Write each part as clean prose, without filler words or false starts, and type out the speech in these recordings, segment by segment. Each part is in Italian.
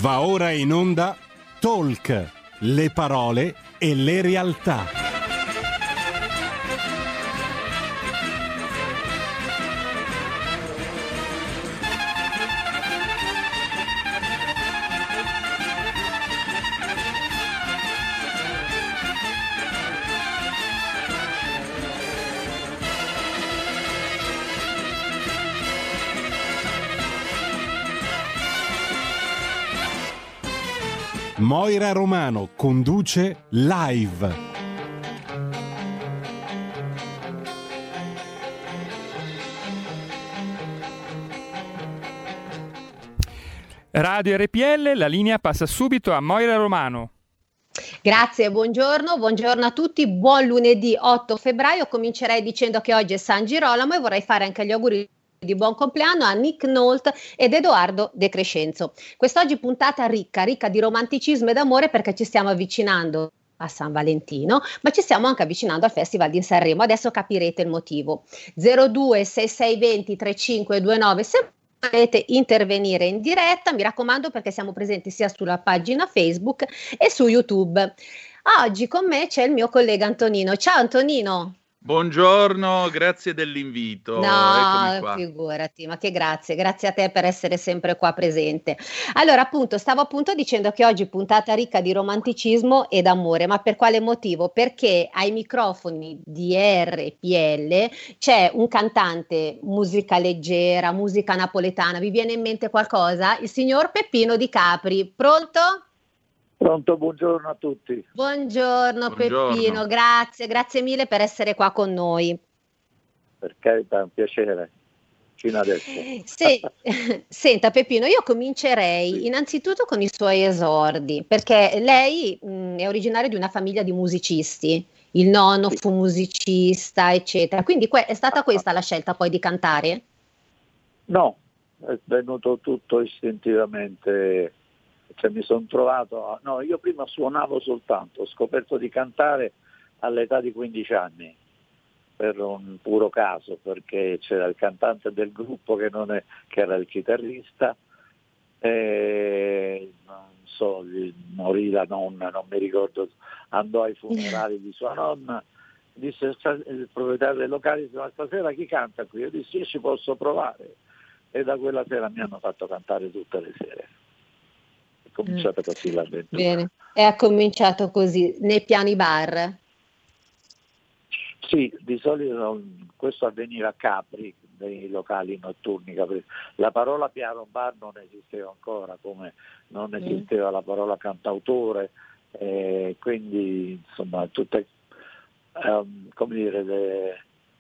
Va ora in onda Talk, le parole e le realtà. Moira Romano conduce Live. Radio RPL, la linea passa subito a Moira Romano. Grazie, buongiorno a tutti, buon lunedì 8 febbraio. Comincerei dicendo che oggi è San Girolamo e vorrei fare anche gli auguri di buon compleanno a Nick Nolte ed Edoardo De Crescenzo. Quest'oggi puntata ricca di romanticismo e d'amore, perché ci stiamo avvicinando a San Valentino, ma ci stiamo anche avvicinando al Festival di Sanremo. Adesso capirete il motivo. 02 6620 3529 se volete intervenire in diretta, mi raccomando, perché siamo presenti sia sulla pagina Facebook e su YouTube. Oggi con me c'è il mio collega Antonino. Ciao Antonino. Buongiorno, grazie dell'invito. Eccomi No, qua. figurati, ma che grazie a te per essere sempre qua presente. Allora, appunto, stavo dicendo che oggi puntata ricca di romanticismo ed amore, ma per quale motivo? Perché ai microfoni di RPL c'è un cantante, musica leggera, musica napoletana. Vi viene in mente qualcosa? Il signor Peppino Di Capri. Pronto? Pronto, buongiorno a tutti. Buongiorno Peppino, grazie mille per essere qua con noi. Per carità, è un piacere, fino adesso. Senta Peppino, io comincerei innanzitutto con i suoi esordi, perché lei è originario di una famiglia di musicisti, il nonno fu musicista, eccetera, quindi è stata questa la scelta poi di cantare? No, è venuto tutto istintivamente. Cioè, mi sono trovato, no, io prima suonavo soltanto, ho scoperto di cantare all'età di 15 anni, per un puro caso, perché c'era il cantante del gruppo che era il chitarrista, e non so, morì la nonna, non mi ricordo, andò ai funerali di sua nonna, disse il proprietario del locale, disse: ma stasera chi canta qui? Io dissi: io ci posso provare, e da quella sera mi hanno fatto cantare tutte le sere. È cominciata così l'avventura. Bene, e ha cominciato così, nei piani bar? Sì, di solito questo avveniva a Capri, nei locali notturni. La parola piano bar non esisteva ancora, come non esisteva la parola cantautore, quindi insomma tutte come dire,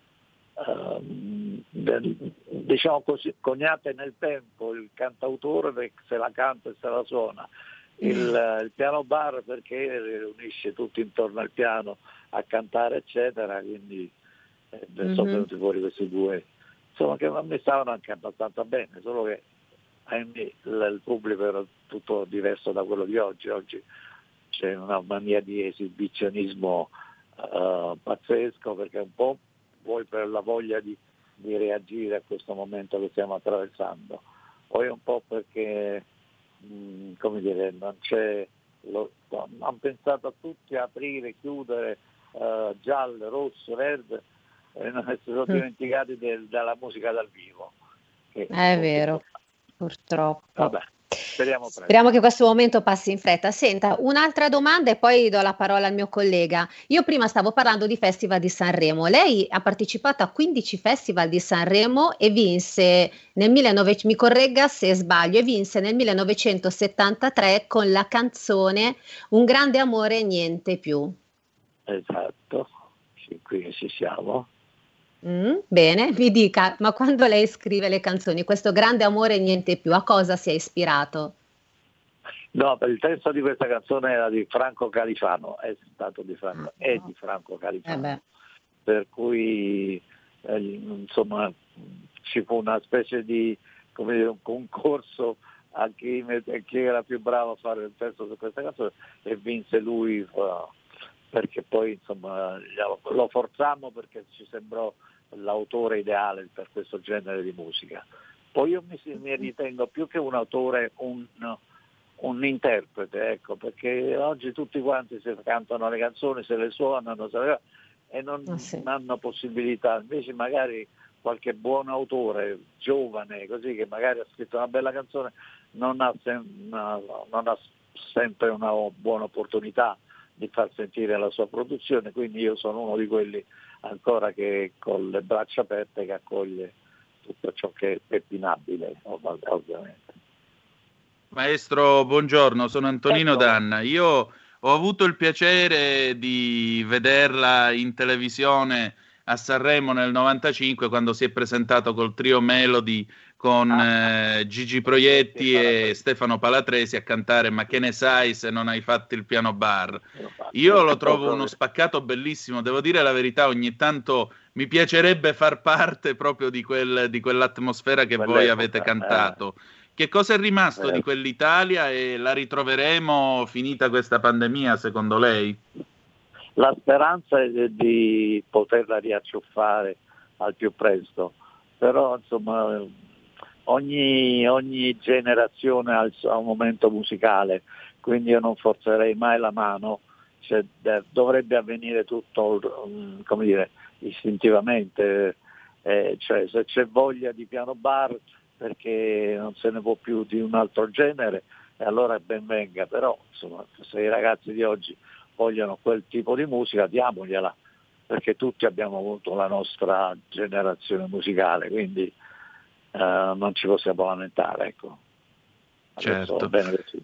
diciamo così, coniate nel tempo. Il cantautore se la canta e se la suona, il piano bar perché riunisce tutti intorno al piano a cantare eccetera, quindi sono venuti fuori questi due, insomma, che a me stavano anche abbastanza bene, solo che ahimè il pubblico era tutto diverso da quello di oggi. Oggi c'è una mania di esibizionismo pazzesco, perché un po' poi per la voglia di reagire a questo momento che stiamo attraversando, poi un po' perché come dire, non c'è, hanno pensato a tutti a aprire, chiudere, giallo, rosso, verde, e non si sono dimenticati della musica dal vivo. È vero, purtroppo. Vabbè. Speriamo che questo momento passi in fretta. Senta, un'altra domanda e poi do la parola al mio collega. Io prima stavo parlando di Festival di Sanremo. Lei ha partecipato a 15 Festival di Sanremo e vinse mi corregga se sbaglio, e vinse nel 1973 con la canzone Un grande amore e niente più. Esatto, sì, qui ci siamo. Bene, mi dica, ma quando lei scrive le canzoni, questo grande amore e niente più, a cosa si è ispirato? No, per il testo di questa canzone era di Franco Califano, è di Franco Califano, per cui insomma ci fu una specie di, come dire, un concorso a chi era più bravo a fare il testo su questa canzone, e vinse lui, perché poi insomma lo forzammo, perché ci sembrò l'autore ideale per questo genere di musica. Poi io mi ritengo più che un autore un interprete, ecco, perché oggi tutti quanti si cantano le canzoni, se le suonano e non hanno possibilità, invece magari qualche buon autore giovane così che magari ha scritto una bella canzone non ha sempre una buona opportunità di far sentire la sua produzione, quindi io sono uno di quelli ancora che con le braccia aperte che accoglie tutto ciò che è peppinabile, ovviamente. Maestro, buongiorno, sono Antonino Ecco. Danna. Io ho avuto il piacere di vederla in televisione a Sanremo nel 95 quando si è presentato col trio Melody con Gigi Proietti e Stefano Palatresi a cantare Ma che ne sai se non hai fatto il piano bar. Io lo trovo uno spaccato bellissimo, devo dire la verità, ogni tanto mi piacerebbe far parte proprio di quell'atmosfera che voi avete cantato. Che cosa è rimasto di quell'Italia e la ritroveremo finita questa pandemia, secondo lei? La speranza è di poterla riacciuffare al più presto, però insomma ogni generazione ha un momento musicale, quindi io non forzerei mai la mano, cioè, dovrebbe avvenire tutto, come dire, istintivamente, cioè se c'è voglia di piano bar perché non se ne può più di un altro genere, e allora ben venga, però insomma, se i ragazzi di oggi vogliono quel tipo di musica, diamogliela, perché tutti abbiamo avuto la nostra generazione musicale, quindi non ci possiamo lamentare, ecco. Adesso va bene così.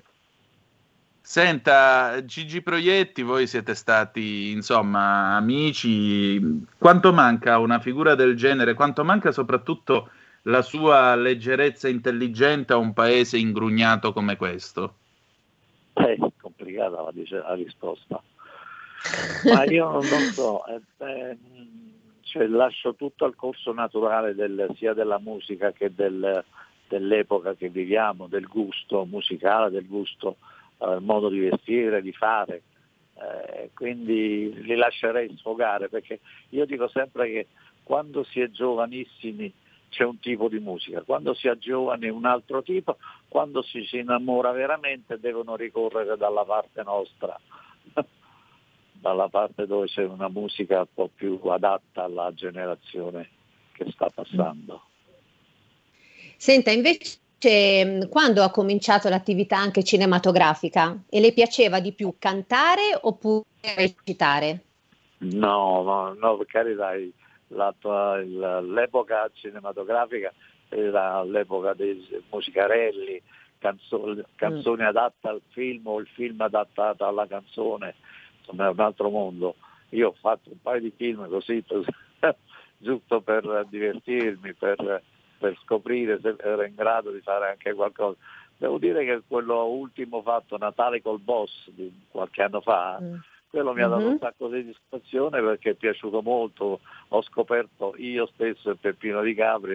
Senta, Gigi Proietti, voi siete stati, insomma, amici. Quanto manca una figura del genere? Quanto manca soprattutto la sua leggerezza intelligente a un paese ingrugnato come questo? È complicata la risposta, ma io non so, cioè, lascio tutto al corso naturale sia della musica che dell'epoca che viviamo, del gusto musicale, del gusto, modo di vestire, di fare, quindi li lascerei sfogare, perché io dico sempre che quando si è giovanissimi c'è un tipo di musica, quando si è giovani un altro tipo, quando si innamora veramente devono ricorrere dalla parte nostra, dalla parte dove c'è una musica un po' più adatta alla generazione che sta passando. Senta, invece, quando ha cominciato l'attività anche cinematografica, e le piaceva di più cantare oppure recitare? No, per carità, l'epoca cinematografica era l'epoca dei musicarelli, canzoni adatte al film o il film adattato alla canzone, insomma è un altro mondo. Io ho fatto un paio di film così giusto per divertirmi, per scoprire se ero in grado di fare anche qualcosa. Devo dire che quello ultimo fatto, Natale col Boss, di qualche anno fa, quello mi ha dato un sacco di soddisfazione perché è piaciuto molto. Ho scoperto io stesso e Peppino Di Capri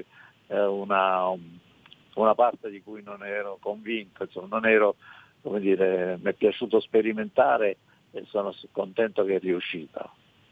una parte di cui non ero convinto, insomma, non ero, come dire, mi è piaciuto sperimentare e sono contento che è riuscita.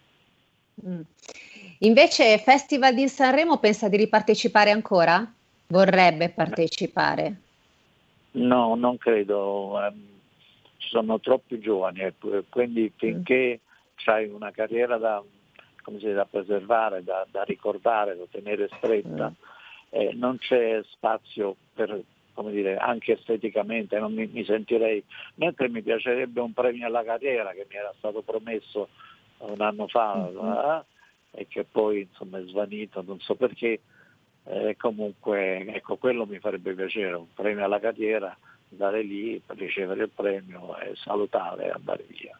Invece Festival di Sanremo pensa di ripartecipare ancora? Vorrebbe partecipare? No, non credo. Ci sono troppi giovani, quindi finché c'hai una carriera da preservare, da ricordare, da tenere stretta, non c'è spazio per, come dire, anche esteticamente, non mi sentirei, mentre mi piacerebbe un premio alla carriera che mi era stato promesso un anno fa e che poi insomma è svanito, non so perché, comunque ecco, quello mi farebbe piacere, un premio alla carriera, andare lì per ricevere il premio e salutare e andare via.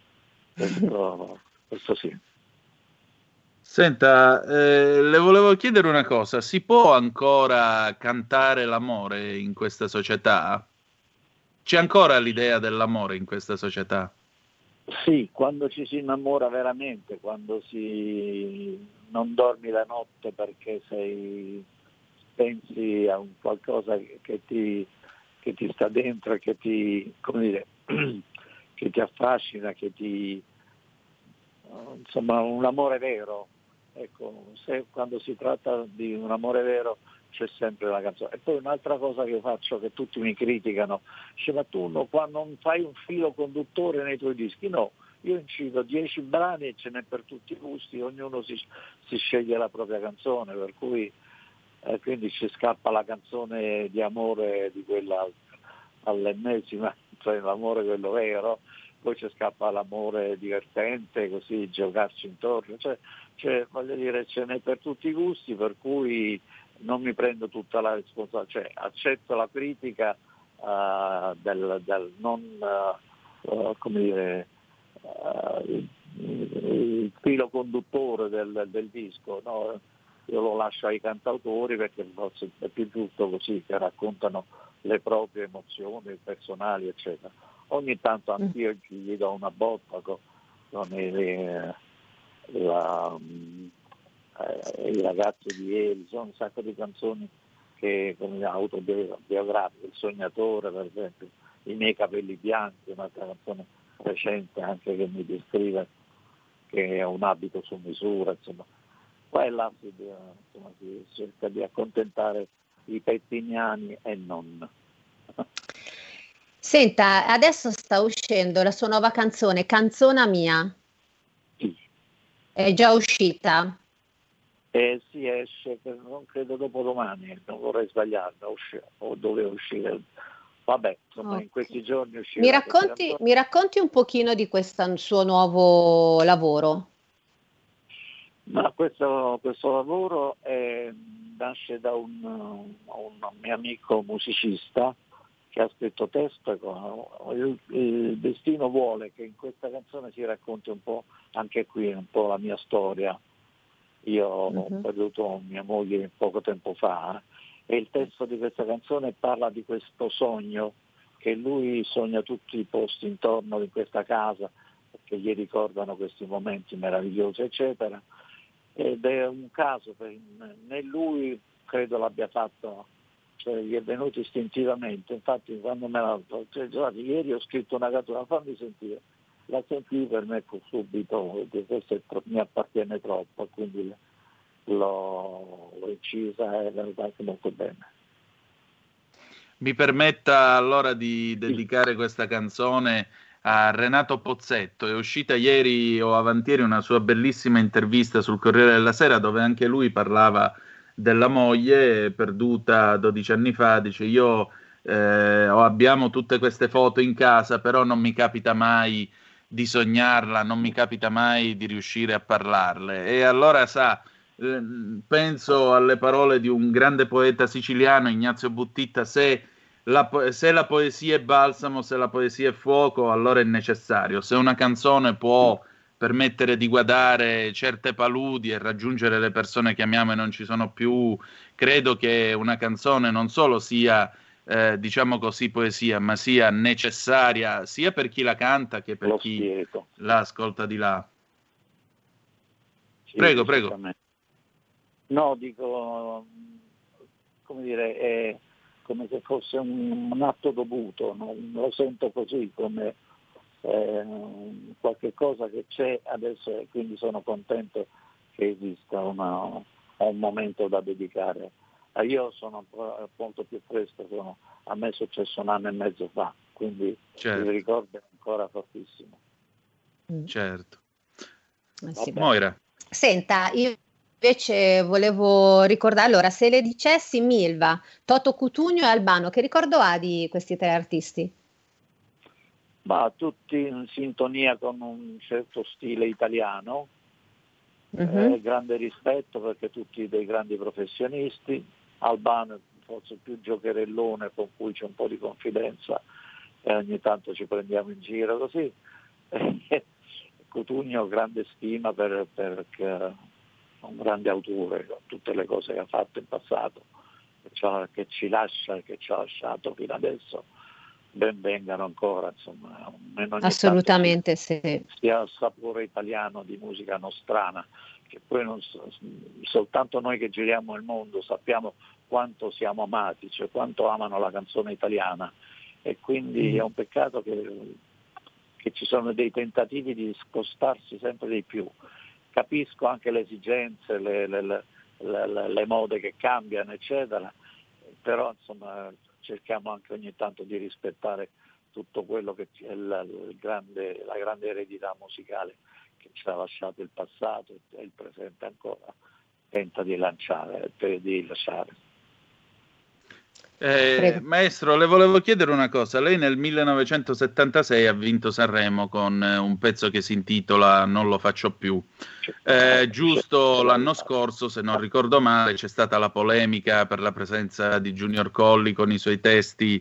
Questo sì. Senta, le volevo chiedere una cosa, si può ancora cantare l'amore in questa società? C'è ancora l'idea dell'amore in questa società? Sì, quando ci si innamora veramente, quando non dormi la notte perché pensi a un qualcosa che ti sta dentro e che ti, come dire, che ti affascina, insomma un amore vero. Ecco, quando si tratta di un amore vero c'è sempre la canzone. E poi un'altra cosa che faccio, che tutti mi criticano, dice: ma tu quando non fai un filo conduttore nei tuoi dischi? No, io incido 10 brani e ce n'è per tutti i gusti, ognuno si sceglie la propria canzone, per cui quindi ci scappa la canzone di amore, di quella all'ennesima, cioè l'amore quello vero, poi ci scappa l'amore divertente, così giocarci intorno, cioè voglio dire, ce n'è per tutti i gusti, per cui non mi prendo tutta la responsabilità, cioè accetto la critica del non come dire, il filo conduttore del disco, no? Io lo lascio ai cantautori perché forse è più giusto così, che raccontano le proprie emozioni personali, eccetera. Ogni tanto anch'io gli do una botta con i ragazzi di ieri, sono un sacco di canzoni che come autobiografiche, Il sognatore per esempio, I miei capelli bianchi, un'altra canzone recente anche che mi descrive che è un abito su misura, insomma. Qua e là si cerca di accontentare i pettignani e non. Senta, adesso sta uscendo la sua nuova canzone, Canzona mia. Sì. È già uscita? Sì, esce, non credo dopodomani, non vorrei sbagliarmi, o doveva uscire. Vabbè, insomma, Okay. In questi giorni uscirà. Mi racconti un pochino di questo suo nuovo lavoro? Ma questo lavoro nasce da un mio amico musicista che ha scritto testo. Il destino vuole che in questa canzone si racconti un po', anche qui, un po' la mia storia. Io ho perduto mia moglie poco tempo fa e il testo di questa canzone parla di questo sogno, che lui sogna tutti i posti intorno di questa casa che gli ricordano questi momenti meravigliosi, eccetera. Ed è un caso, né lui credo l'abbia fatto, cioè gli è venuto istintivamente. Infatti quando me l'ha detto, ieri ho scritto una canzone, fammi sentire, la sentii, per me subito, questo mi appartiene troppo, quindi l'ho incisa e è venuta anche molto bene. Mi permetta allora di dedicare questa canzone a Renato Pozzetto. È uscita ieri o avantieri una sua bellissima intervista sul Corriere della Sera, dove anche lui parlava della moglie perduta 12 anni fa. Dice: io abbiamo tutte queste foto in casa, però non mi capita mai di sognarla, non mi capita mai di riuscire a parlarle. E allora penso alle parole di un grande poeta siciliano, Ignazio Buttitta: se la poesia è balsamo, se la poesia è fuoco, allora è necessario. Se una canzone può permettere di guardare certe paludi e raggiungere le persone che amiamo e non ci sono più, credo che una canzone non solo sia, diciamo così, poesia, ma sia necessaria sia per chi la canta che per chi la ascolta di là. Sì, prego. No, dico, come dire, è come se fosse un atto dovuto, no? Lo sento così, come qualche cosa che c'è adesso, e quindi sono contento che esista un momento da dedicare. Io sono molto più fresco, a me è successo 1 anno e mezzo fa, quindi certo. Il ricordo è ancora fortissimo. Certo. Sì. Moira. Senta, io invece volevo ricordare, allora, se le dicessi Milva, Toto Cutugno e Albano, che ricordo ha di questi 3 artisti? Ma tutti in sintonia con un certo stile italiano, grande rispetto perché tutti dei grandi professionisti. Albano forse più giocherellone, con cui c'è un po' di confidenza e ogni tanto ci prendiamo in giro così. Cutugno grande stima perché è un grande autore, con tutte le cose che ha fatto in passato, che ci lascia e che ci ha lasciato fino adesso. Ben vengano ancora, insomma. Assolutamente sì. Sia il sapore italiano di musica nostrana, che poi soltanto noi che giriamo il mondo sappiamo quanto siamo amati, cioè quanto amano la canzone italiana, e quindi è un peccato che ci sono dei tentativi di scostarsi sempre di più. Capisco anche le esigenze, le mode che cambiano, eccetera, però insomma cerchiamo anche ogni tanto di rispettare tutto quello che è la grande eredità musicale che ci ha lasciato il passato e il presente ancora tenta di lasciare. Maestro, le volevo chiedere una cosa. Lei nel 1976 ha vinto Sanremo con un pezzo che si intitola Non lo faccio più. Giusto l'anno scorso, se non ricordo male, c'è stata la polemica per la presenza di Junior Colli con i suoi testi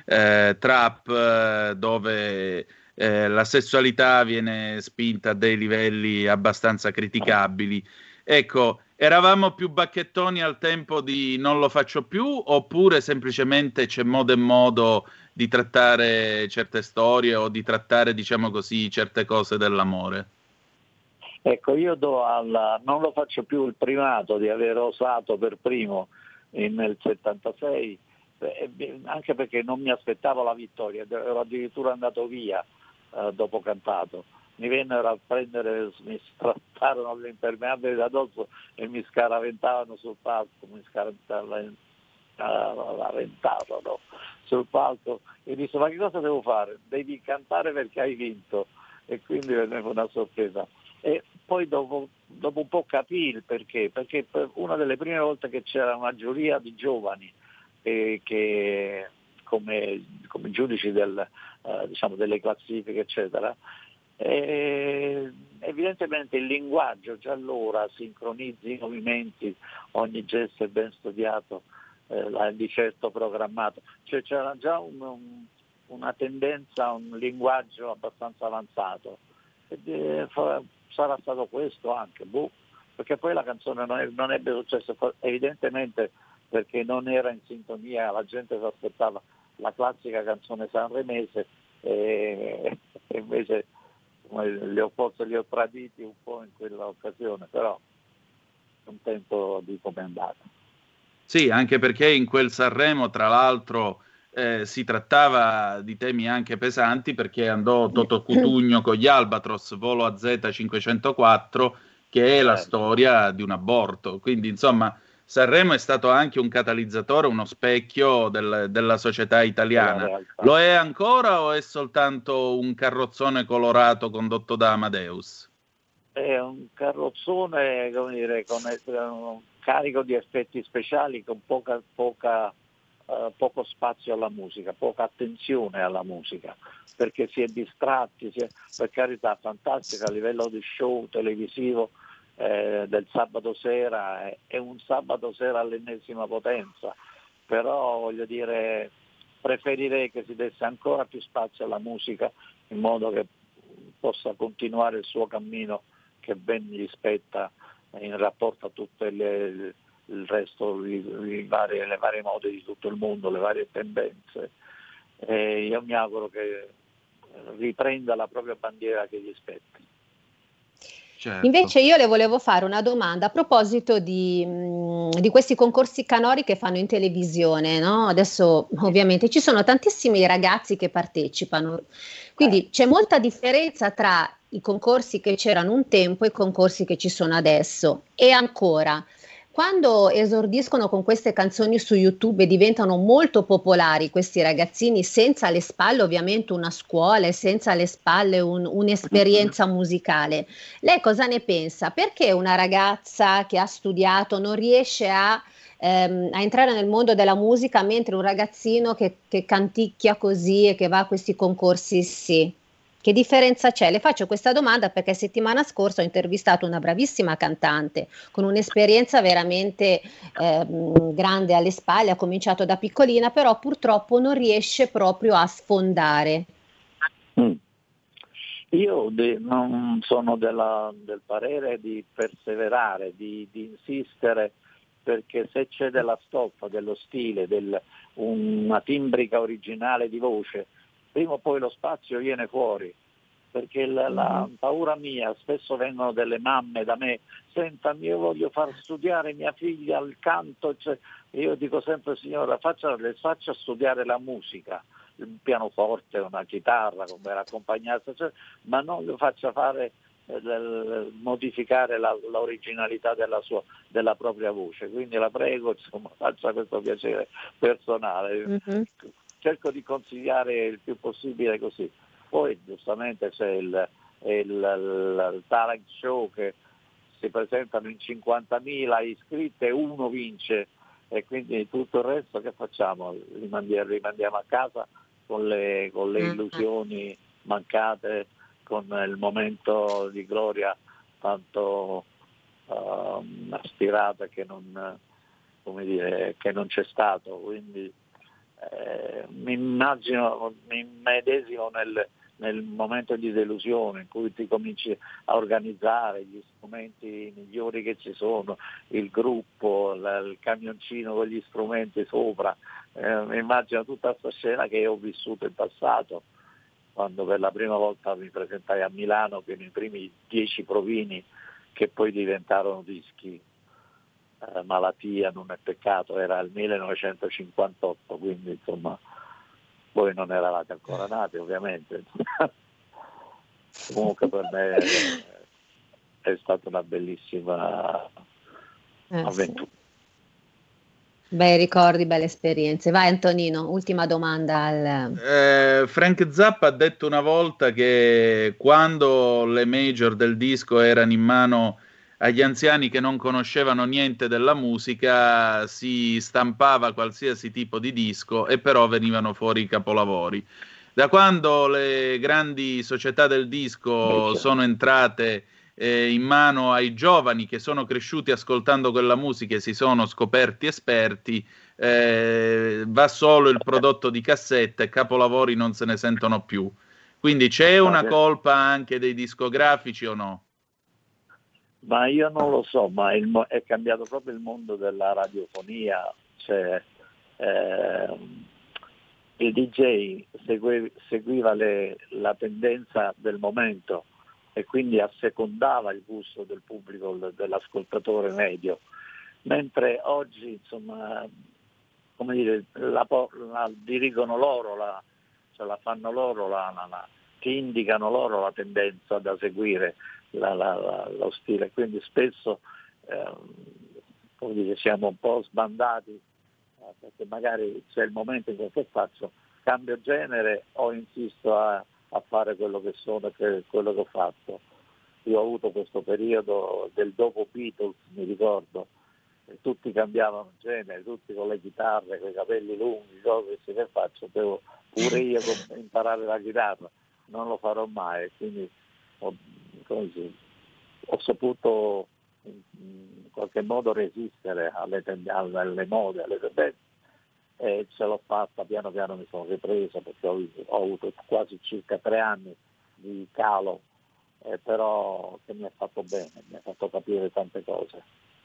trap, dove la sessualità viene spinta a dei livelli abbastanza criticabili. Ecco, eravamo più bacchettoni al tempo di Non lo faccio più, oppure semplicemente c'è modo e modo di trattare certe storie o di trattare, diciamo così, certe cose dell'amore? Ecco, io Non lo faccio più il primato di aver osato per primo nel 76, anche perché non mi aspettavo la vittoria, ero addirittura andato via dopo cantato. Mi vennero a prendere, mi strattarono l'impermeabile da addosso e mi scaraventavano sul palco, sul palco, e disse: ma che cosa devo fare? Devi cantare perché hai vinto. E quindi venne una sorpresa. E poi dopo un po' capii il perché per una delle prime volte che c'era una giuria di giovani che come giudici delle classifiche, eccetera. Evidentemente il linguaggio già allora sincronizza i movimenti, ogni gesto è ben studiato, di certo programmato, cioè c'era già una tendenza, un linguaggio abbastanza avanzato, sarà stato questo anche, perché poi la canzone non ebbe successo, evidentemente perché non era in sintonia, la gente si aspettava la classica canzone sanremese e invece li ho traditi un po' in quella occasione, però contento di come è andata. Sì, anche perché in quel Sanremo, tra l'altro, si trattava di temi anche pesanti, perché andò Toto Cutugno con gli Albatros, volo a Z504, che è la storia di un aborto. Quindi, insomma, Sanremo è stato anche un catalizzatore, uno specchio della società italiana. Lo è ancora o è soltanto un carrozzone colorato condotto da Amadeus? È un carrozzone, come dire, con un carico di effetti speciali, con poco spazio alla musica, poca attenzione alla musica, perché si è distratti, per carità, fantastica a livello di show televisivo. Del sabato sera, è un sabato sera all'ennesima potenza, però voglio dire, preferirei che si desse ancora più spazio alla musica in modo che possa continuare il suo cammino che ben gli spetta in rapporto a tutto il resto, le varie mode di tutto il mondo, le varie tendenze. Io mi auguro che riprenda la propria bandiera che gli spetta. Certo. Invece io le volevo fare una domanda a proposito di questi concorsi canori che fanno in televisione, no? Adesso ovviamente ci sono tantissimi ragazzi che partecipano, quindi c'è molta differenza tra i concorsi che c'erano un tempo e i concorsi che ci sono adesso. E ancora, quando esordiscono con queste canzoni su YouTube e diventano molto popolari questi ragazzini, senza alle spalle ovviamente una scuola e senza alle spalle un'esperienza musicale, lei cosa ne pensa? Perché una ragazza che ha studiato non riesce a entrare nel mondo della musica, mentre un ragazzino che canticchia così e che va a questi concorsi sì? Che differenza c'è? Le faccio questa domanda perché settimana scorsa ho intervistato una bravissima cantante con un'esperienza veramente grande alle spalle, ha cominciato da piccolina, però purtroppo non riesce proprio a sfondare. Io non sono del parere di perseverare, di insistere, perché se c'è della stoffa, dello stile, una timbrica originale di voce, prima o poi lo spazio viene fuori, perché la paura mia, spesso vengono delle mamme da me: senta, io voglio far studiare mia figlia il canto, cioè, io dico sempre: signora, le faccia studiare la musica, il pianoforte, una chitarra come accompagnarsi, cioè, ma non le faccia fare modificare l'originalità della propria voce, quindi la prego, insomma, faccia questo piacere personale. Mhm. Cerco di consigliare il più possibile così. Poi giustamente c'è il talent show che si presentano in 50.000 iscritti e uno vince, e quindi tutto il resto che facciamo? Rimandiamo a casa con le illusioni mancate, con il momento di gloria tanto aspirato che non c'è stato. Quindi mi immedesimo nel momento di delusione in cui ti cominci a organizzare gli strumenti migliori che ci sono, il gruppo, il camioncino con gli strumenti sopra. Mi immagino tutta questa scena che ho vissuto in passato, quando per la prima volta mi presentai a Milano con i primi 10 provini che poi diventarono dischi. Malattia non è peccato, era il 1958, quindi insomma voi non eravate ancora nati, ovviamente. Comunque per me è stata una bellissima avventura. Sì. Bei ricordi, belle esperienze. Vai Antonino, ultima domanda. Frank Zappa ha detto una volta che quando le major del disco erano in mano agli anziani che non conoscevano niente della musica, si stampava qualsiasi tipo di disco e però venivano fuori i capolavori. Da quando le grandi società del disco sono entrate in mano ai giovani che sono cresciuti ascoltando quella musica e si sono scoperti esperti, va solo il prodotto di cassetta e capolavori non se ne sentono più. Quindi c'è una colpa anche dei discografici o no? Ma io non lo so, ma è cambiato proprio il mondo della radiofonia, cioè il DJ seguiva la tendenza del momento e quindi assecondava il gusto del pubblico, dell'ascoltatore medio, mentre oggi insomma, come dire, la dirigono loro, cioè la fanno loro, ti indicano loro la tendenza da seguire, lo stile, quindi spesso come dire, siamo un po' sbandati, perché magari c'è il momento in cui che faccio, cambio genere o insisto a fare quello che sono e quello che ho fatto. Io ho avuto questo periodo del dopo Beatles, mi ricordo, e tutti cambiavano genere, tutti con le chitarre, con i capelli lunghi, cose che faccio, devo pure io imparare la chitarra, non lo farò mai, quindi ho saputo in qualche modo resistere alle mode, alle tendenze, e ce l'ho fatta, piano piano mi sono ripresa perché ho avuto quasi circa 3 anni di calo, però che mi ha fatto bene, mi ha fatto capire tante cose.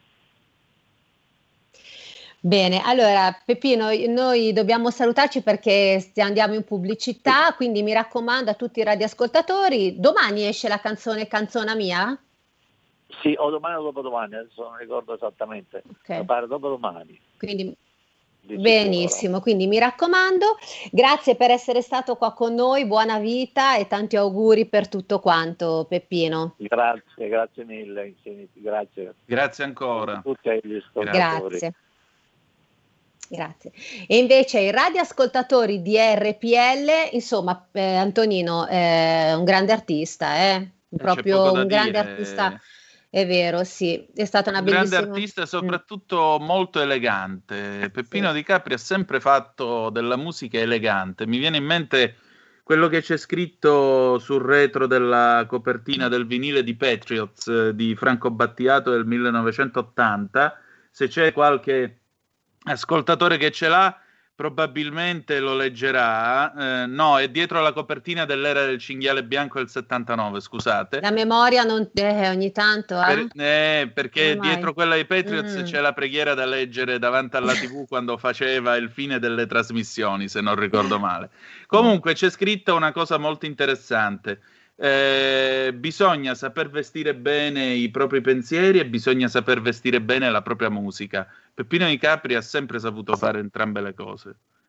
Bene, allora Peppino, noi dobbiamo salutarci perché andiamo in pubblicità, quindi mi raccomando a tutti i radioascoltatori, domani esce la canzone Canzona Mia? Sì, o domani o dopodomani, adesso non ricordo esattamente, mi pare dopodomani. Quindi benissimo, quindi mi raccomando, grazie per essere stato qua con noi, buona vita e tanti auguri per tutto quanto, Peppino. Grazie mille, grazie. Grazie ancora. Tutti gli ascoltatori. Grazie. E invece i radioascoltatori di RPL, insomma, Antonino è un grande artista, proprio un grande artista. È vero, sì, è stata una bellissima... grande artista, soprattutto molto elegante. Peppino Di Capri ha sempre fatto della musica elegante. Mi viene in mente quello che c'è scritto sul retro della copertina del vinile di Patriots di Franco Battiato del 1980. Se c'è qualche ascoltatore che ce l'ha, probabilmente lo leggerà. No, è dietro la copertina dell'Era del Cinghiale Bianco del 79, scusate. La memoria non ogni tanto perché dietro quella dei Patriots c'è la preghiera da leggere davanti alla TV quando faceva il fine delle trasmissioni, se non ricordo male. Comunque c'è scritta una cosa molto interessante. Bisogna saper vestire bene i propri pensieri e bisogna saper vestire bene la propria musica. Peppino Di Capri ha sempre saputo fare entrambe le cose.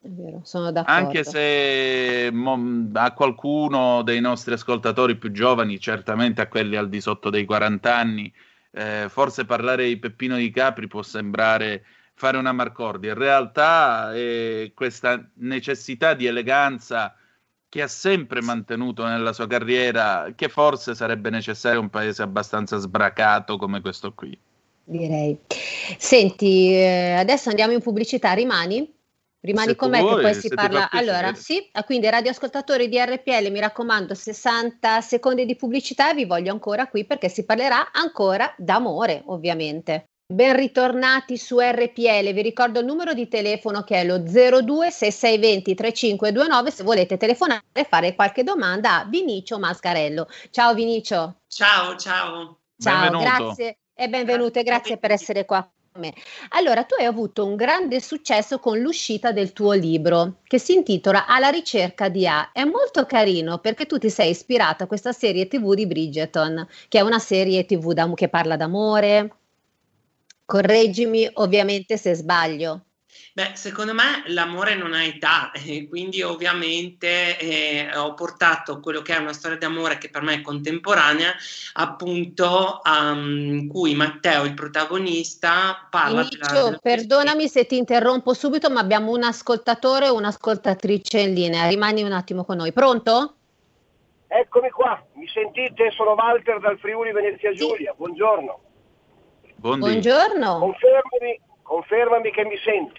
È vero, sono d'accordo. Anche se a qualcuno dei nostri ascoltatori più giovani, certamente a quelli al di sotto dei 40 anni, forse parlare di Peppino Di Capri può sembrare fare una marcordia. In realtà questa necessità di eleganza che ha sempre mantenuto nella sua carriera, che forse sarebbe necessario un paese abbastanza sbracato come questo qui. Direi. Senti, adesso andiamo in pubblicità, rimani con me che poi si parla. Allora, sì, quindi radioascoltatori di RPL, mi raccomando, 60 secondi di pubblicità e vi voglio ancora qui perché si parlerà ancora d'amore, ovviamente. Ben ritornati su RPL, vi ricordo il numero di telefono che è lo 02 6620 3529 se volete telefonare e fare qualche domanda a Vinicio Mascarello. Ciao Vinicio. Ciao. Ciao, Benvenuto. grazie e benvenuto e grazie per essere qua con me. Allora, tu hai avuto un grande successo con l'uscita del tuo libro che si intitola Alla ricerca di A. È molto carino perché tu ti sei ispirata a questa serie TV di Bridgerton, che è una serie TV che parla d'amore. Correggimi ovviamente se sbaglio. Beh, secondo me l'amore non ha età, quindi ovviamente ho portato quello che è una storia d'amore che per me è contemporanea, appunto, in cui Matteo, il protagonista, parla Vinicio, perdonami se ti interrompo subito, ma abbiamo un ascoltatore o un'ascoltatrice in linea. Rimani un attimo con noi. Pronto? Eccomi qua, mi sentite? Sono Walter dal Friuli Venezia Giulia, buongiorno. Buongiorno. Confermami che mi senti.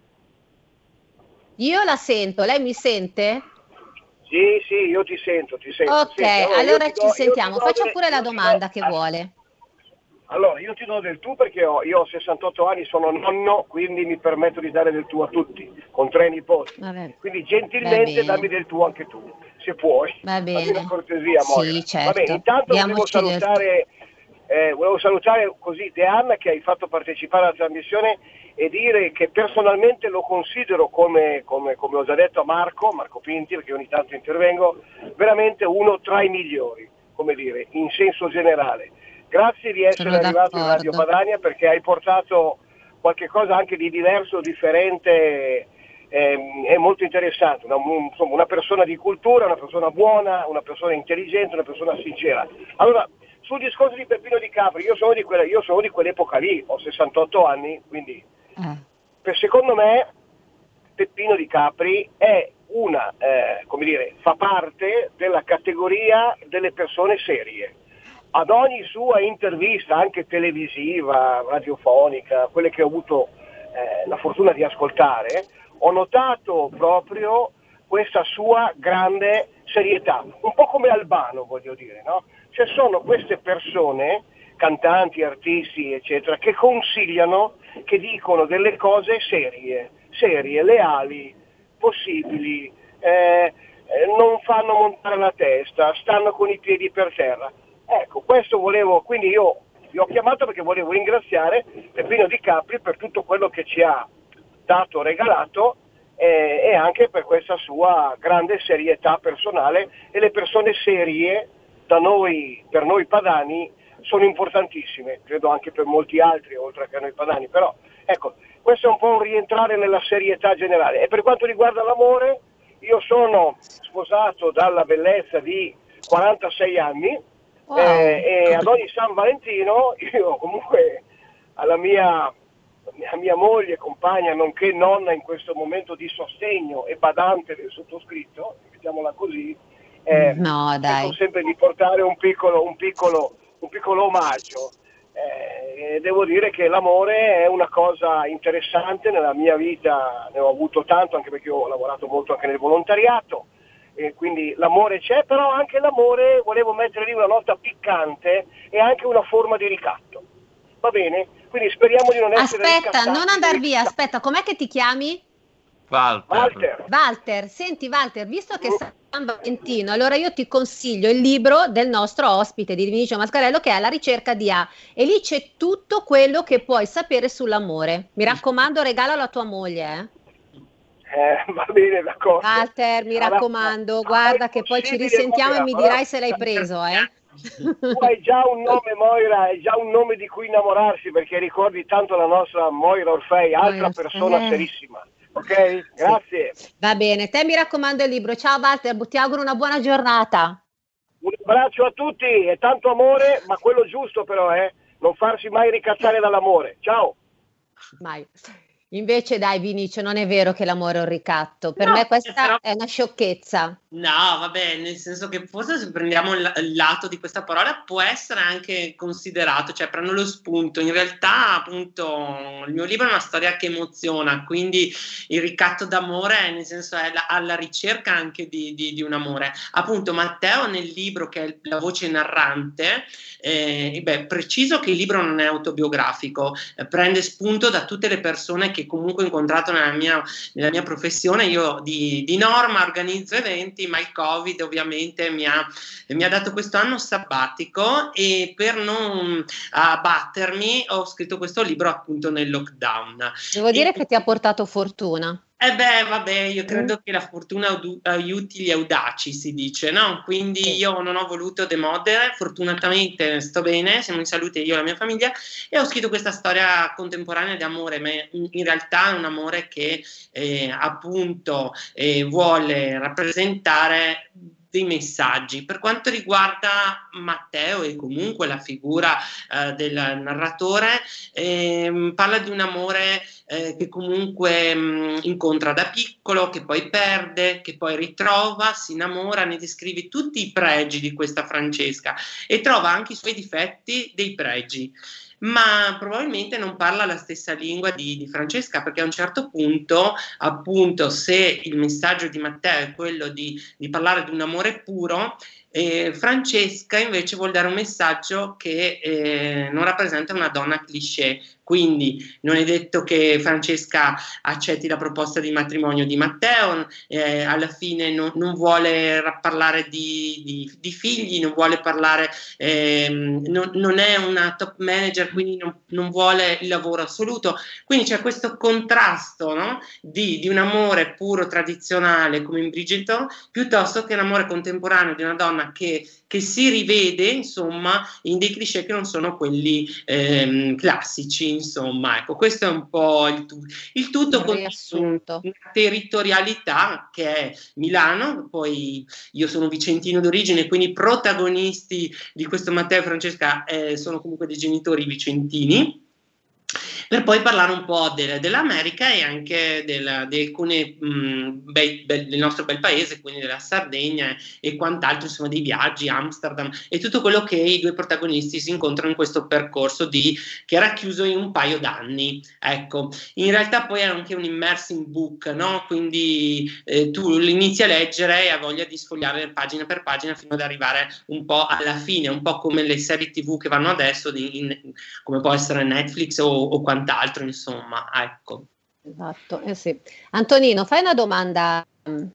Io la sento, lei mi sente? Sì, io ti sento. Ok, allora ci sentiamo. Faccia pure la domanda che vuole. Allora, io ti do del tu perché io ho 68 anni, sono nonno, quindi mi permetto di dare del tu a tutti, con 3 nipoti. Quindi gentilmente dammi del tu anche tu, se puoi. Va bene. Fammi una cortesia, Moira. Sì, certo. Va bene, intanto volevo salutare così De Anna che hai fatto partecipare alla trasmissione e dire che personalmente lo considero come ho già detto a Marco Pinti, perché ogni tanto intervengo, veramente uno tra i migliori, come dire, in senso generale. Grazie di essere arrivato in Radio Padania perché hai portato qualche cosa anche di diverso, differente, è molto interessante, una persona di cultura, una persona buona, una persona intelligente, una persona sincera. Allora, sul discorso di Peppino Di Capri, io sono di quell'epoca lì, ho 68 anni, quindi secondo me Peppino Di Capri è fa parte della categoria delle persone serie. Ad ogni sua intervista, anche televisiva, radiofonica, quelle che ho avuto la fortuna di ascoltare, ho notato proprio questa sua grande serietà, un po' come Albano, voglio dire, no? Cioè sono queste persone, cantanti, artisti, eccetera, che consigliano, che dicono delle cose serie, leali, possibili, non fanno montare la testa, stanno con i piedi per terra. Ecco, questo quindi io vi ho chiamato perché volevo ringraziare Peppino Di Capri per tutto quello che ci ha dato, regalato, e anche per questa sua grande serietà personale, e le persone serie per noi padani sono importantissime, credo anche per molti altri oltre che a noi padani, però ecco, questo è un po' un rientrare nella serietà generale. E per quanto riguarda l'amore, io sono sposato dalla bellezza di 46 anni, e ad ogni San Valentino io comunque alla mia moglie, compagna, nonché nonna in questo momento di sostegno e badante del sottoscritto, mettiamola così, cerco sempre di portare un piccolo omaggio. Devo dire che l'amore è una cosa interessante nella mia vita, ne ho avuto tanto, anche perché ho lavorato molto anche nel volontariato, e quindi l'amore c'è, però anche l'amore, volevo mettere lì una nota piccante, e anche una forma di ricatto. Va bene? Quindi speriamo di non essere Aspetta, non andar via, aspetta, com'è che ti chiami? Walter, senti Walter, visto che San Valentino, allora io ti consiglio il libro del nostro ospite di Vinicio Mascarello, che è Alla ricerca di A, e lì c'è tutto quello che puoi sapere sull'amore. Mi raccomando, regalalo a tua moglie, va bene, d'accordo. Walter, mi raccomando, guarda che poi ci risentiamo e mi dirai se l'hai preso, Tu hai già un nome, Moira, hai già un nome di cui innamorarsi, perché ricordi tanto la nostra Moira Orfei, altra persona serissima, Ok? Grazie. Va bene, te mi raccomando il libro. Ciao Walter, ti auguro una buona giornata. Un abbraccio a tutti e tanto amore, ma quello giusto però, non farsi mai ricattare dall'amore. Ciao. Mai. Invece dai Vinicio, non è vero che l'amore è un ricatto, per No, me questa però- è una sciocchezza. No, vabbè, nel senso che forse se prendiamo il lato di questa parola può essere anche considerato, cioè prendo lo spunto. In realtà, appunto, il mio libro è una storia che emoziona, quindi il ricatto d'amore, nel senso, è alla ricerca anche di un amore. Appunto, Matteo nel libro, che è la voce narrante, preciso che il libro non è autobiografico, prende spunto da tutte le persone che comunque ho incontrato nella mia professione. Io di norma organizzo eventi, ma il Covid ovviamente mi ha dato questo anno sabbatico e per non abbattermi ho scritto questo libro appunto nel lockdown. Devo dire che ti ha portato fortuna. Io credo che la fortuna aiuti gli audaci, si dice, no? Quindi io non ho voluto demodere, fortunatamente sto bene, siamo in salute io e la mia famiglia, e ho scritto questa storia contemporanea di amore, ma in realtà è un amore che vuole rappresentare dei messaggi. Per quanto riguarda Matteo e comunque la figura del narratore, parla di un amore che comunque incontra da piccolo, che poi perde, che poi ritrova, si innamora, ne descrive tutti i pregi di questa Francesca e trova anche i suoi difetti dei pregi. Ma probabilmente non parla la stessa lingua di Francesca, perché a un certo punto, appunto, se il messaggio di Matteo è quello di parlare di un amore puro, Francesca invece vuol dare un messaggio che non rappresenta una donna cliché. Quindi non è detto che Francesca accetti la proposta di matrimonio di Matteo, alla fine non vuole parlare di figli, non vuole parlare, non è una top manager, quindi non vuole il lavoro assoluto. Quindi c'è questo contrasto, no? di un amore puro tradizionale come in Bridgerton, piuttosto che un amore contemporaneo di una donna che si rivede, insomma, in dei cliché che non sono quelli classici, insomma. Ecco, questo è un po' il tutto con una territorialità che è Milano. Poi io sono vicentino d'origine, quindi i protagonisti di questo Matteo e Francesca sono comunque dei genitori vicentini, per poi parlare un po' dell'America e anche di alcune del nostro bel paese, quindi della Sardegna e quant'altro, insomma, dei viaggi, Amsterdam e tutto quello che i due protagonisti si incontrano in questo percorso che era chiuso in un paio d'anni. Ecco, in realtà poi è anche un immersing book, no? Quindi tu inizi a leggere e hai voglia di sfogliare pagina per pagina fino ad arrivare un po' alla fine, un po' come le serie TV che vanno adesso, come può essere Netflix o quant'altro, insomma, ecco. Esatto, sì. Antonino, fai una domanda.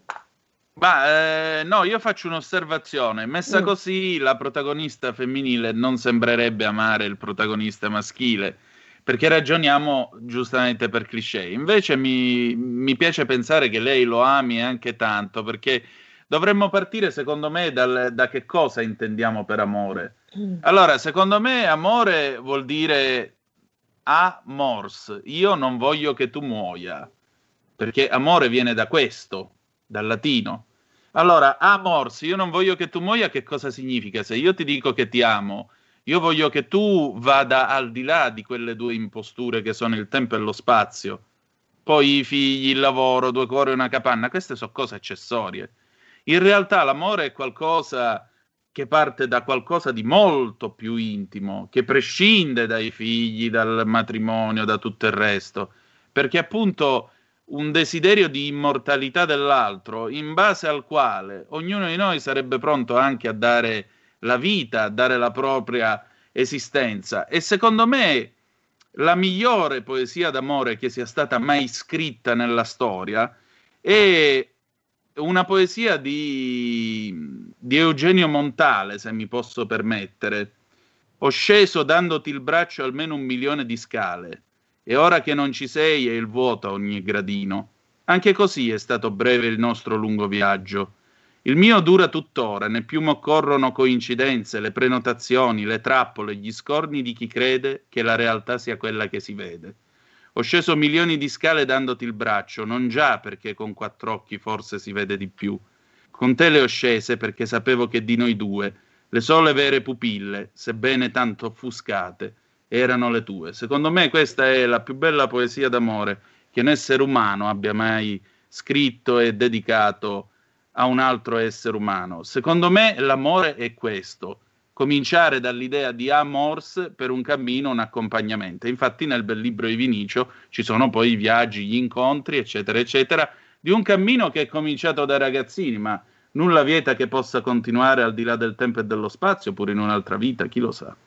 No, io faccio un'osservazione. Messa così, la protagonista femminile non sembrerebbe amare il protagonista maschile, perché ragioniamo giustamente per cliché. Invece mi piace pensare che lei lo ami anche tanto, perché dovremmo partire, secondo me, da che cosa intendiamo per amore. Allora, secondo me, amore vuol dire amors, io non voglio che tu muoia, perché amore viene da questo, dal latino. Allora, amors, io non voglio che tu muoia, che cosa significa? Se io ti dico che ti amo, io voglio che tu vada al di là di quelle due imposture che sono il tempo e lo spazio. Poi i figli, il lavoro, due cuori e una capanna, queste sono cose accessorie. In realtà l'amore è qualcosa che parte da qualcosa di molto più intimo, che prescinde dai figli, dal matrimonio, da tutto il resto, perché appunto un desiderio di immortalità dell'altro, in base al quale ognuno di noi sarebbe pronto anche a dare la vita, a dare la propria esistenza. E secondo me la migliore poesia d'amore che sia stata mai scritta nella storia è una poesia di Eugenio Montale, se mi posso permettere. Ho sceso dandoti il braccio almeno 1 milione di scale, e ora che non ci sei è il vuoto a ogni gradino. Anche così è stato breve il nostro lungo viaggio. Il mio dura tuttora, né più m'occorrono coincidenze, le prenotazioni, le trappole, gli scorni di chi crede che la realtà sia quella che si vede. Ho sceso milioni di scale dandoti il braccio, non già perché con 4 occhi forse si vede di più. Con te le ho scese perché sapevo che di noi due le sole vere pupille, sebbene tanto offuscate, erano le tue. Secondo me questa è la più bella poesia d'amore che un essere umano abbia mai scritto e dedicato a un altro essere umano. Secondo me l'amore è questo, cominciare dall'idea di amors per un cammino, un accompagnamento. Infatti nel bel libro di Vinicio ci sono poi i viaggi, gli incontri, eccetera, eccetera, di un cammino che è cominciato da ragazzini, ma nulla vieta che possa continuare al di là del tempo e dello spazio, pure in un'altra vita, chi lo sa.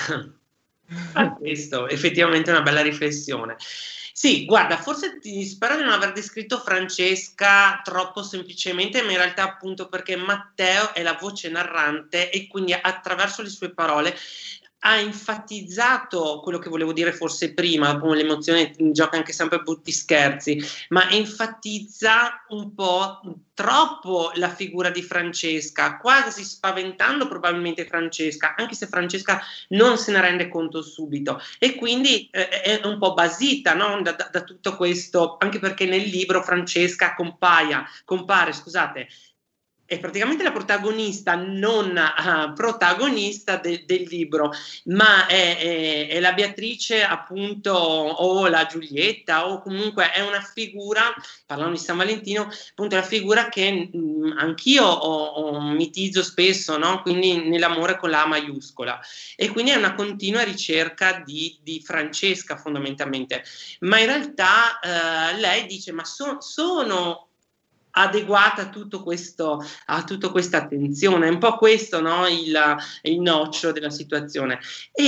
Questo effettivamente è una bella riflessione. Sì, guarda, forse spero di non aver descritto Francesca troppo semplicemente, ma in realtà appunto perché Matteo è la voce narrante e quindi attraverso le sue parole ha enfatizzato quello che volevo dire forse prima, come l'emozione gioca anche sempre brutti scherzi, ma enfatizza un po' troppo la figura di Francesca, quasi spaventando probabilmente Francesca, anche se Francesca non se ne rende conto subito, e quindi è un po' basita, no? da tutto questo, anche perché nel libro Francesca compare, scusate, è praticamente la protagonista, non protagonista del libro, ma è la Beatrice appunto, o la Giulietta, o comunque è una figura, parlando di San Valentino, appunto è la figura che anch'io mitizzo spesso, no? Quindi nell'amore con la A maiuscola, e quindi è una continua ricerca di Francesca fondamentalmente, ma in realtà lei dice ma sono adeguata a tutto questo, a tutta questa attenzione, è un po' questo, no? il nocciolo della situazione,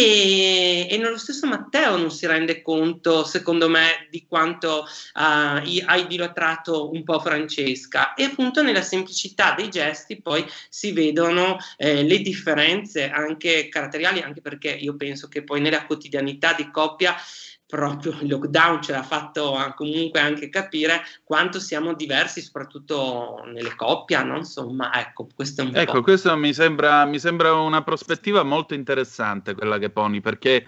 e nello stesso Matteo non si rende conto, secondo me, di quanto hai idolatrato un po' Francesca, e appunto nella semplicità dei gesti poi si vedono le differenze anche caratteriali, anche perché io penso che poi nella quotidianità di coppia proprio il lockdown ce l'ha fatto comunque anche capire quanto siamo diversi, soprattutto nelle coppie, no? Insomma, ecco, questo è un po'. Questo mi sembra una prospettiva molto interessante quella che poni, perché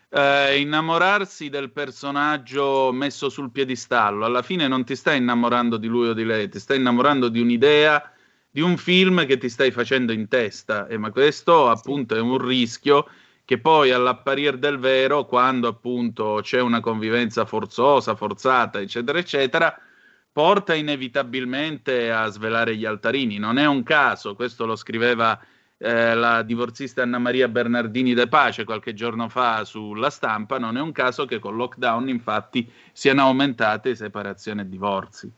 innamorarsi del personaggio messo sul piedistallo, alla fine non ti stai innamorando di lui o di lei, ti stai innamorando di un'idea, di un film che ti stai facendo in testa, ma questo appunto è un rischio che poi all'apparir del vero, quando appunto c'è una convivenza forzosa, forzata, eccetera, eccetera, porta inevitabilmente a svelare gli altarini. Non è un caso, questo lo scriveva la divorzista Anna Maria Bernardini De Pace qualche giorno fa sulla Stampa, non è un caso che con lockdown infatti siano aumentate separazioni e divorzi.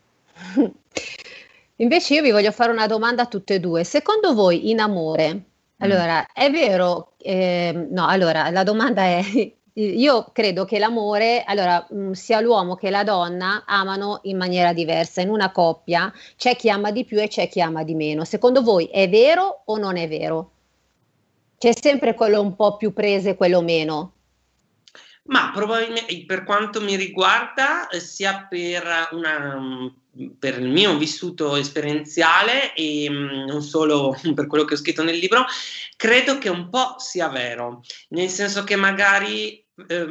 Invece io vi voglio fare una domanda a tutte e due. Secondo voi in amore, allora, è vero, no, allora, la domanda è, io credo che l'amore, allora, sia l'uomo che la donna amano in maniera diversa, in una coppia c'è chi ama di più e c'è chi ama di meno. Secondo voi è vero o non è vero? C'è sempre quello un po' più preso e quello meno? Ma probabilmente, per quanto mi riguarda, sia per il mio vissuto esperienziale e non solo per quello che ho scritto nel libro, credo che un po' sia vero, nel senso che magari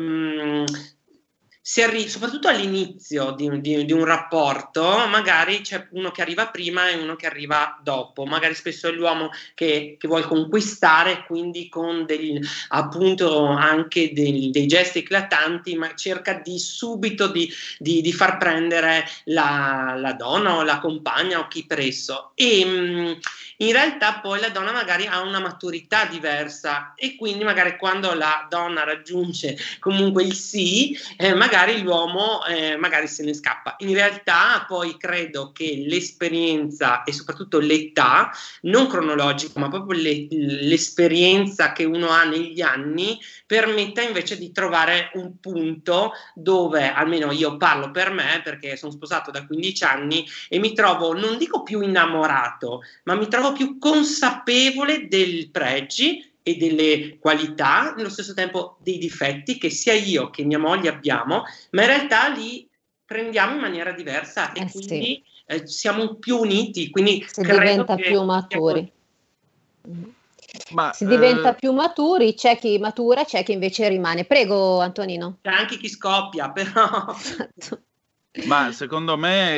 soprattutto all'inizio di un rapporto, magari c'è uno che arriva prima e uno che arriva dopo, magari spesso è l'uomo che vuole conquistare, quindi con appunto anche dei gesti eclatanti, ma cerca di subito di far prendere la donna o la compagna o chi per esso, e in realtà poi la donna magari ha una maturità diversa, e quindi magari quando la donna raggiunge comunque il sì, magari l'uomo magari se ne scappa. In realtà poi credo che l'esperienza e soprattutto l'età, non cronologica, ma proprio l'esperienza che uno ha negli anni, permetta invece di trovare un punto dove, almeno io parlo per me, perché sono sposato da 15 anni e mi trovo, non dico più innamorato, ma mi trovo più consapevole dei pregi e delle qualità, nello stesso tempo dei difetti che sia io che mia moglie abbiamo, ma in realtà li prendiamo in maniera diversa e quindi siamo più uniti, quindi si diventa più maturi. Ma, Si diventa più maturi, c'è chi matura, c'è chi invece rimane. Prego, Antonino. C'è anche chi scoppia, però. Esatto. ma secondo me,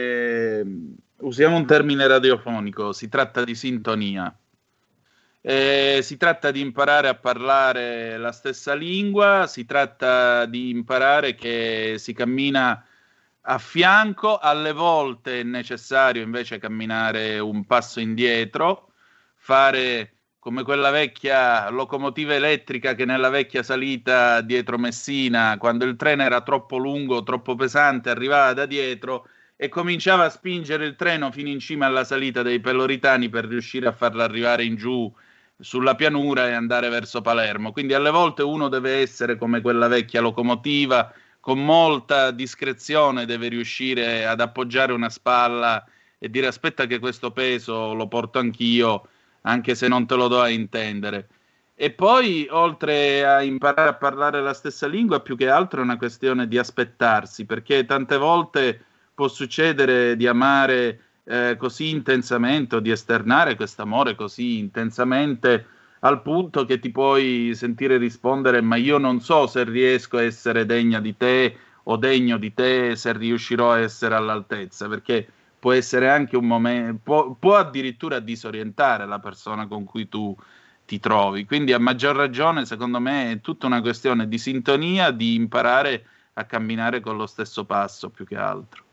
usiamo un termine radiofonico, si tratta di sintonia. Si tratta di imparare a parlare la stessa lingua, si tratta di imparare che si cammina a fianco, alle volte è necessario invece camminare un passo indietro, fare come quella vecchia locomotiva elettrica che nella vecchia salita dietro Messina, quando il treno era troppo lungo, troppo pesante, arrivava da dietro e cominciava a spingere il treno fino in cima alla salita dei Peloritani per riuscire a farlo arrivare in giù sulla pianura e andare verso Palermo. Quindi alle volte uno deve essere come quella vecchia locomotiva, con molta discrezione deve riuscire ad appoggiare una spalla e dire aspetta che questo peso lo porto anch'io, anche se non te lo do a intendere. E poi, oltre a imparare a parlare la stessa lingua, più che altro è una questione di aspettarsi, perché tante volte può succedere di amare così intensamente o di esternare quest'amore così intensamente al punto che ti puoi sentire rispondere ma io non so se riesco a essere degna di te o degno di te, se riuscirò a essere all'altezza, perché può essere anche un momento, può addirittura disorientare la persona con cui tu ti trovi. Quindi a maggior ragione, secondo me, è tutta una questione di sintonia, di imparare a camminare con lo stesso passo più che altro.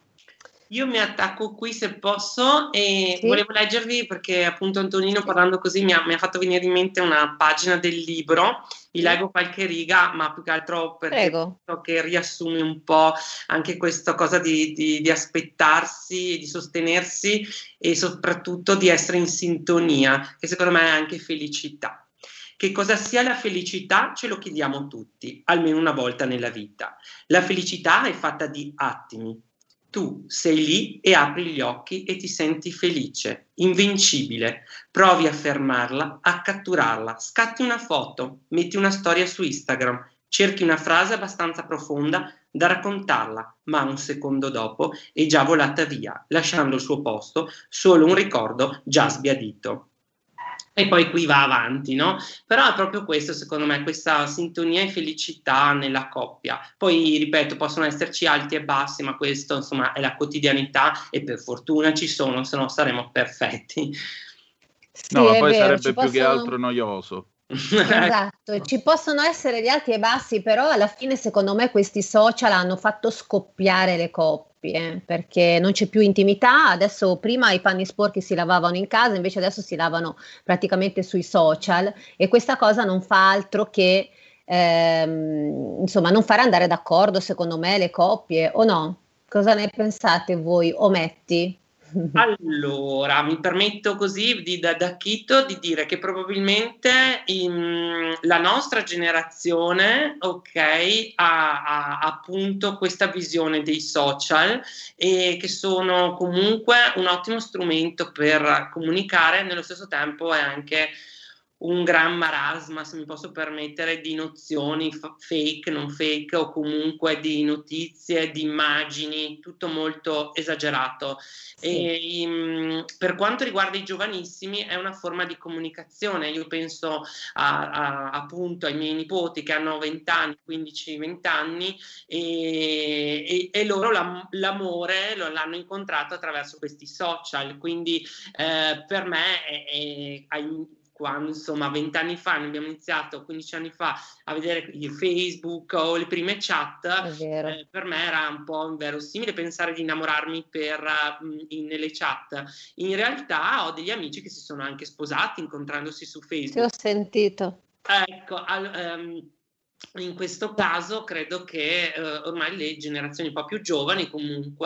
Io mi attacco qui se posso e Sì. volevo leggervi perché appunto Antonino parlando così mi ha fatto venire in mente una pagina del libro, vi leggo qualche riga, ma più che altro perché Prego. penso che riassume un po' anche questa cosa di aspettarsi, di sostenersi e soprattutto di essere in sintonia, che secondo me è anche felicità. Che cosa sia la felicità ce lo chiediamo tutti, almeno una volta nella vita. La felicità è fatta di attimi. Tu sei lì e apri gli occhi e ti senti felice, invincibile. Provi a fermarla, a catturarla. Scatti una foto, metti una storia su Instagram, cerchi una frase abbastanza profonda da raccontarla, ma un secondo dopo è già volata via, lasciando il suo posto solo un ricordo già sbiadito. E poi qui va avanti, no? Però è proprio questo, secondo me, questa sintonia e felicità nella coppia. Poi, ripeto, possono esserci alti e bassi, ma questo, insomma, è la quotidianità e per fortuna ci sono, se no saremo perfetti. Sì, No, ma è poi vero, sarebbe più che altro noioso. Esatto, ci possono essere gli alti e bassi, però alla fine secondo me questi social hanno fatto scoppiare le coppie, perché non c'è più intimità, adesso prima i panni sporchi si lavavano in casa, invece adesso si lavano praticamente sui social e questa cosa non fa altro che insomma non fare andare d'accordo secondo me le coppie, o no? Cosa ne pensate voi, Ometti? Allora, mi permetto così da Chito di dire che probabilmente la nostra generazione, ok, ha appunto questa visione dei social e che sono comunque un ottimo strumento per comunicare, nello stesso tempo è anche un gran marasma, se mi posso permettere, di nozioni fake, non fake, o comunque di notizie, di immagini, tutto molto esagerato. Sì. E, per quanto riguarda i giovanissimi è una forma di comunicazione. Io penso appunto ai miei nipoti che hanno 20 anni, 15-20 anni e loro l'amore l'hanno incontrato attraverso questi social, quindi per me quando insomma 20 anni fa noi abbiamo iniziato, 15 anni fa a vedere Facebook o le prime chat, per me era un po' inverosimile pensare di innamorarmi nelle chat. In realtà ho degli amici che si sono anche sposati incontrandosi su Facebook. Sì, ho sentito. Ecco, in questo caso credo che ormai le generazioni un po' più giovani comunque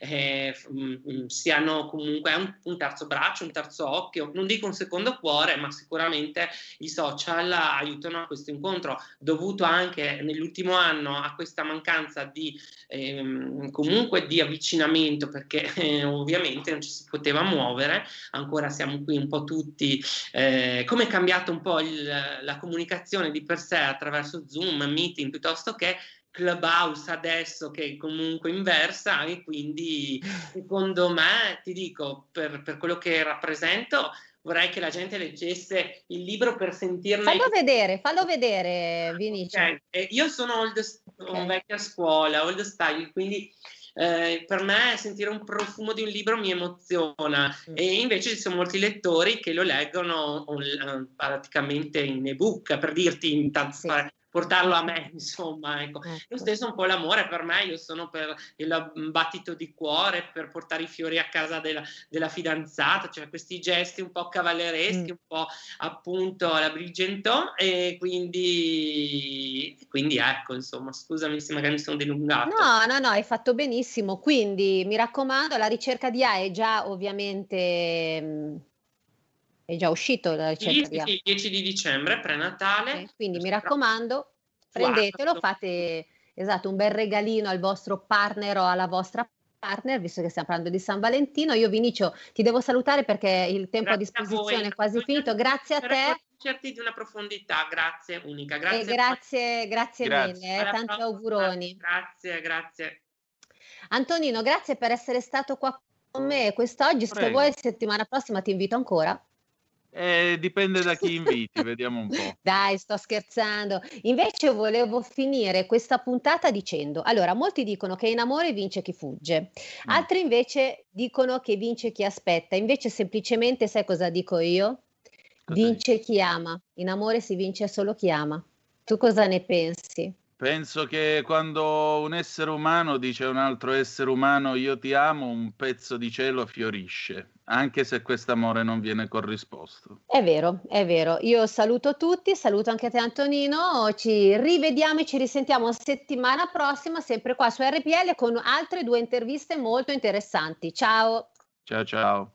siano comunque un terzo braccio, un terzo occhio, non dico un secondo cuore, ma sicuramente i social aiutano a questo incontro, dovuto anche nell'ultimo anno a questa mancanza di comunque di avvicinamento, perché ovviamente non ci si poteva muovere, ancora siamo qui un po' tutti, come è cambiato un po' la comunicazione di per sé attraverso Zoom, meeting piuttosto che Clubhouse adesso che comunque inversa, e quindi secondo me, ti dico, per quello che rappresento, vorrei che la gente leggesse il libro per sentirne. Fallo vedere, Vinicio. Okay. Io sono vecchia scuola, old style, quindi per me sentire un profumo di un libro mi emoziona, e invece ci sono molti lettori che lo leggono praticamente in ebook, per dirti, intanto portarlo a me, insomma, ecco. Lo stesso un po' l'amore per me, io sono per il battito di cuore, per portare i fiori a casa della fidanzata, cioè questi gesti un po' cavallereschi, un po' appunto alla Bridgerton, e quindi ecco, insomma, scusami se magari mi sono dilungato. No, hai fatto benissimo, quindi mi raccomando, la ricerca di A è già ovviamente... È già uscito la ricerca di A. Il 10 di dicembre, prenatale. Quindi mi raccomando, prendetelo, fate un bel regalino al vostro partner o alla vostra partner, visto che stiamo parlando di San Valentino. Io, Vinicio, ti devo salutare perché il tempo a disposizione è quasi finito. Grazie a te. Certi di una profondità, grazie unica. Grazie mille, tanti auguroni. Grazie. Antonino, grazie per essere stato qua con me quest'oggi. Se vuoi, settimana prossima ti invito ancora. Dipende da chi inviti, vediamo un po'. Dai, sto scherzando. Invece volevo finire questa puntata dicendo, allora, molti dicono che in amore vince chi fugge, altri invece dicono che vince chi aspetta, invece semplicemente sai cosa dico io? Vince chi ama, in amore si vince solo chi ama. Tu cosa ne pensi? Penso che quando un essere umano dice a un altro essere umano io ti amo, un pezzo di cielo fiorisce, anche se quest'amore non viene corrisposto. È vero. Io saluto tutti, saluto anche te Antonino, ci rivediamo e ci risentiamo settimana prossima, sempre qua su RPL con altre 2 interviste molto interessanti. Ciao. Ciao.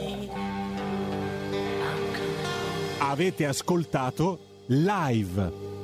Avete ascoltato Live.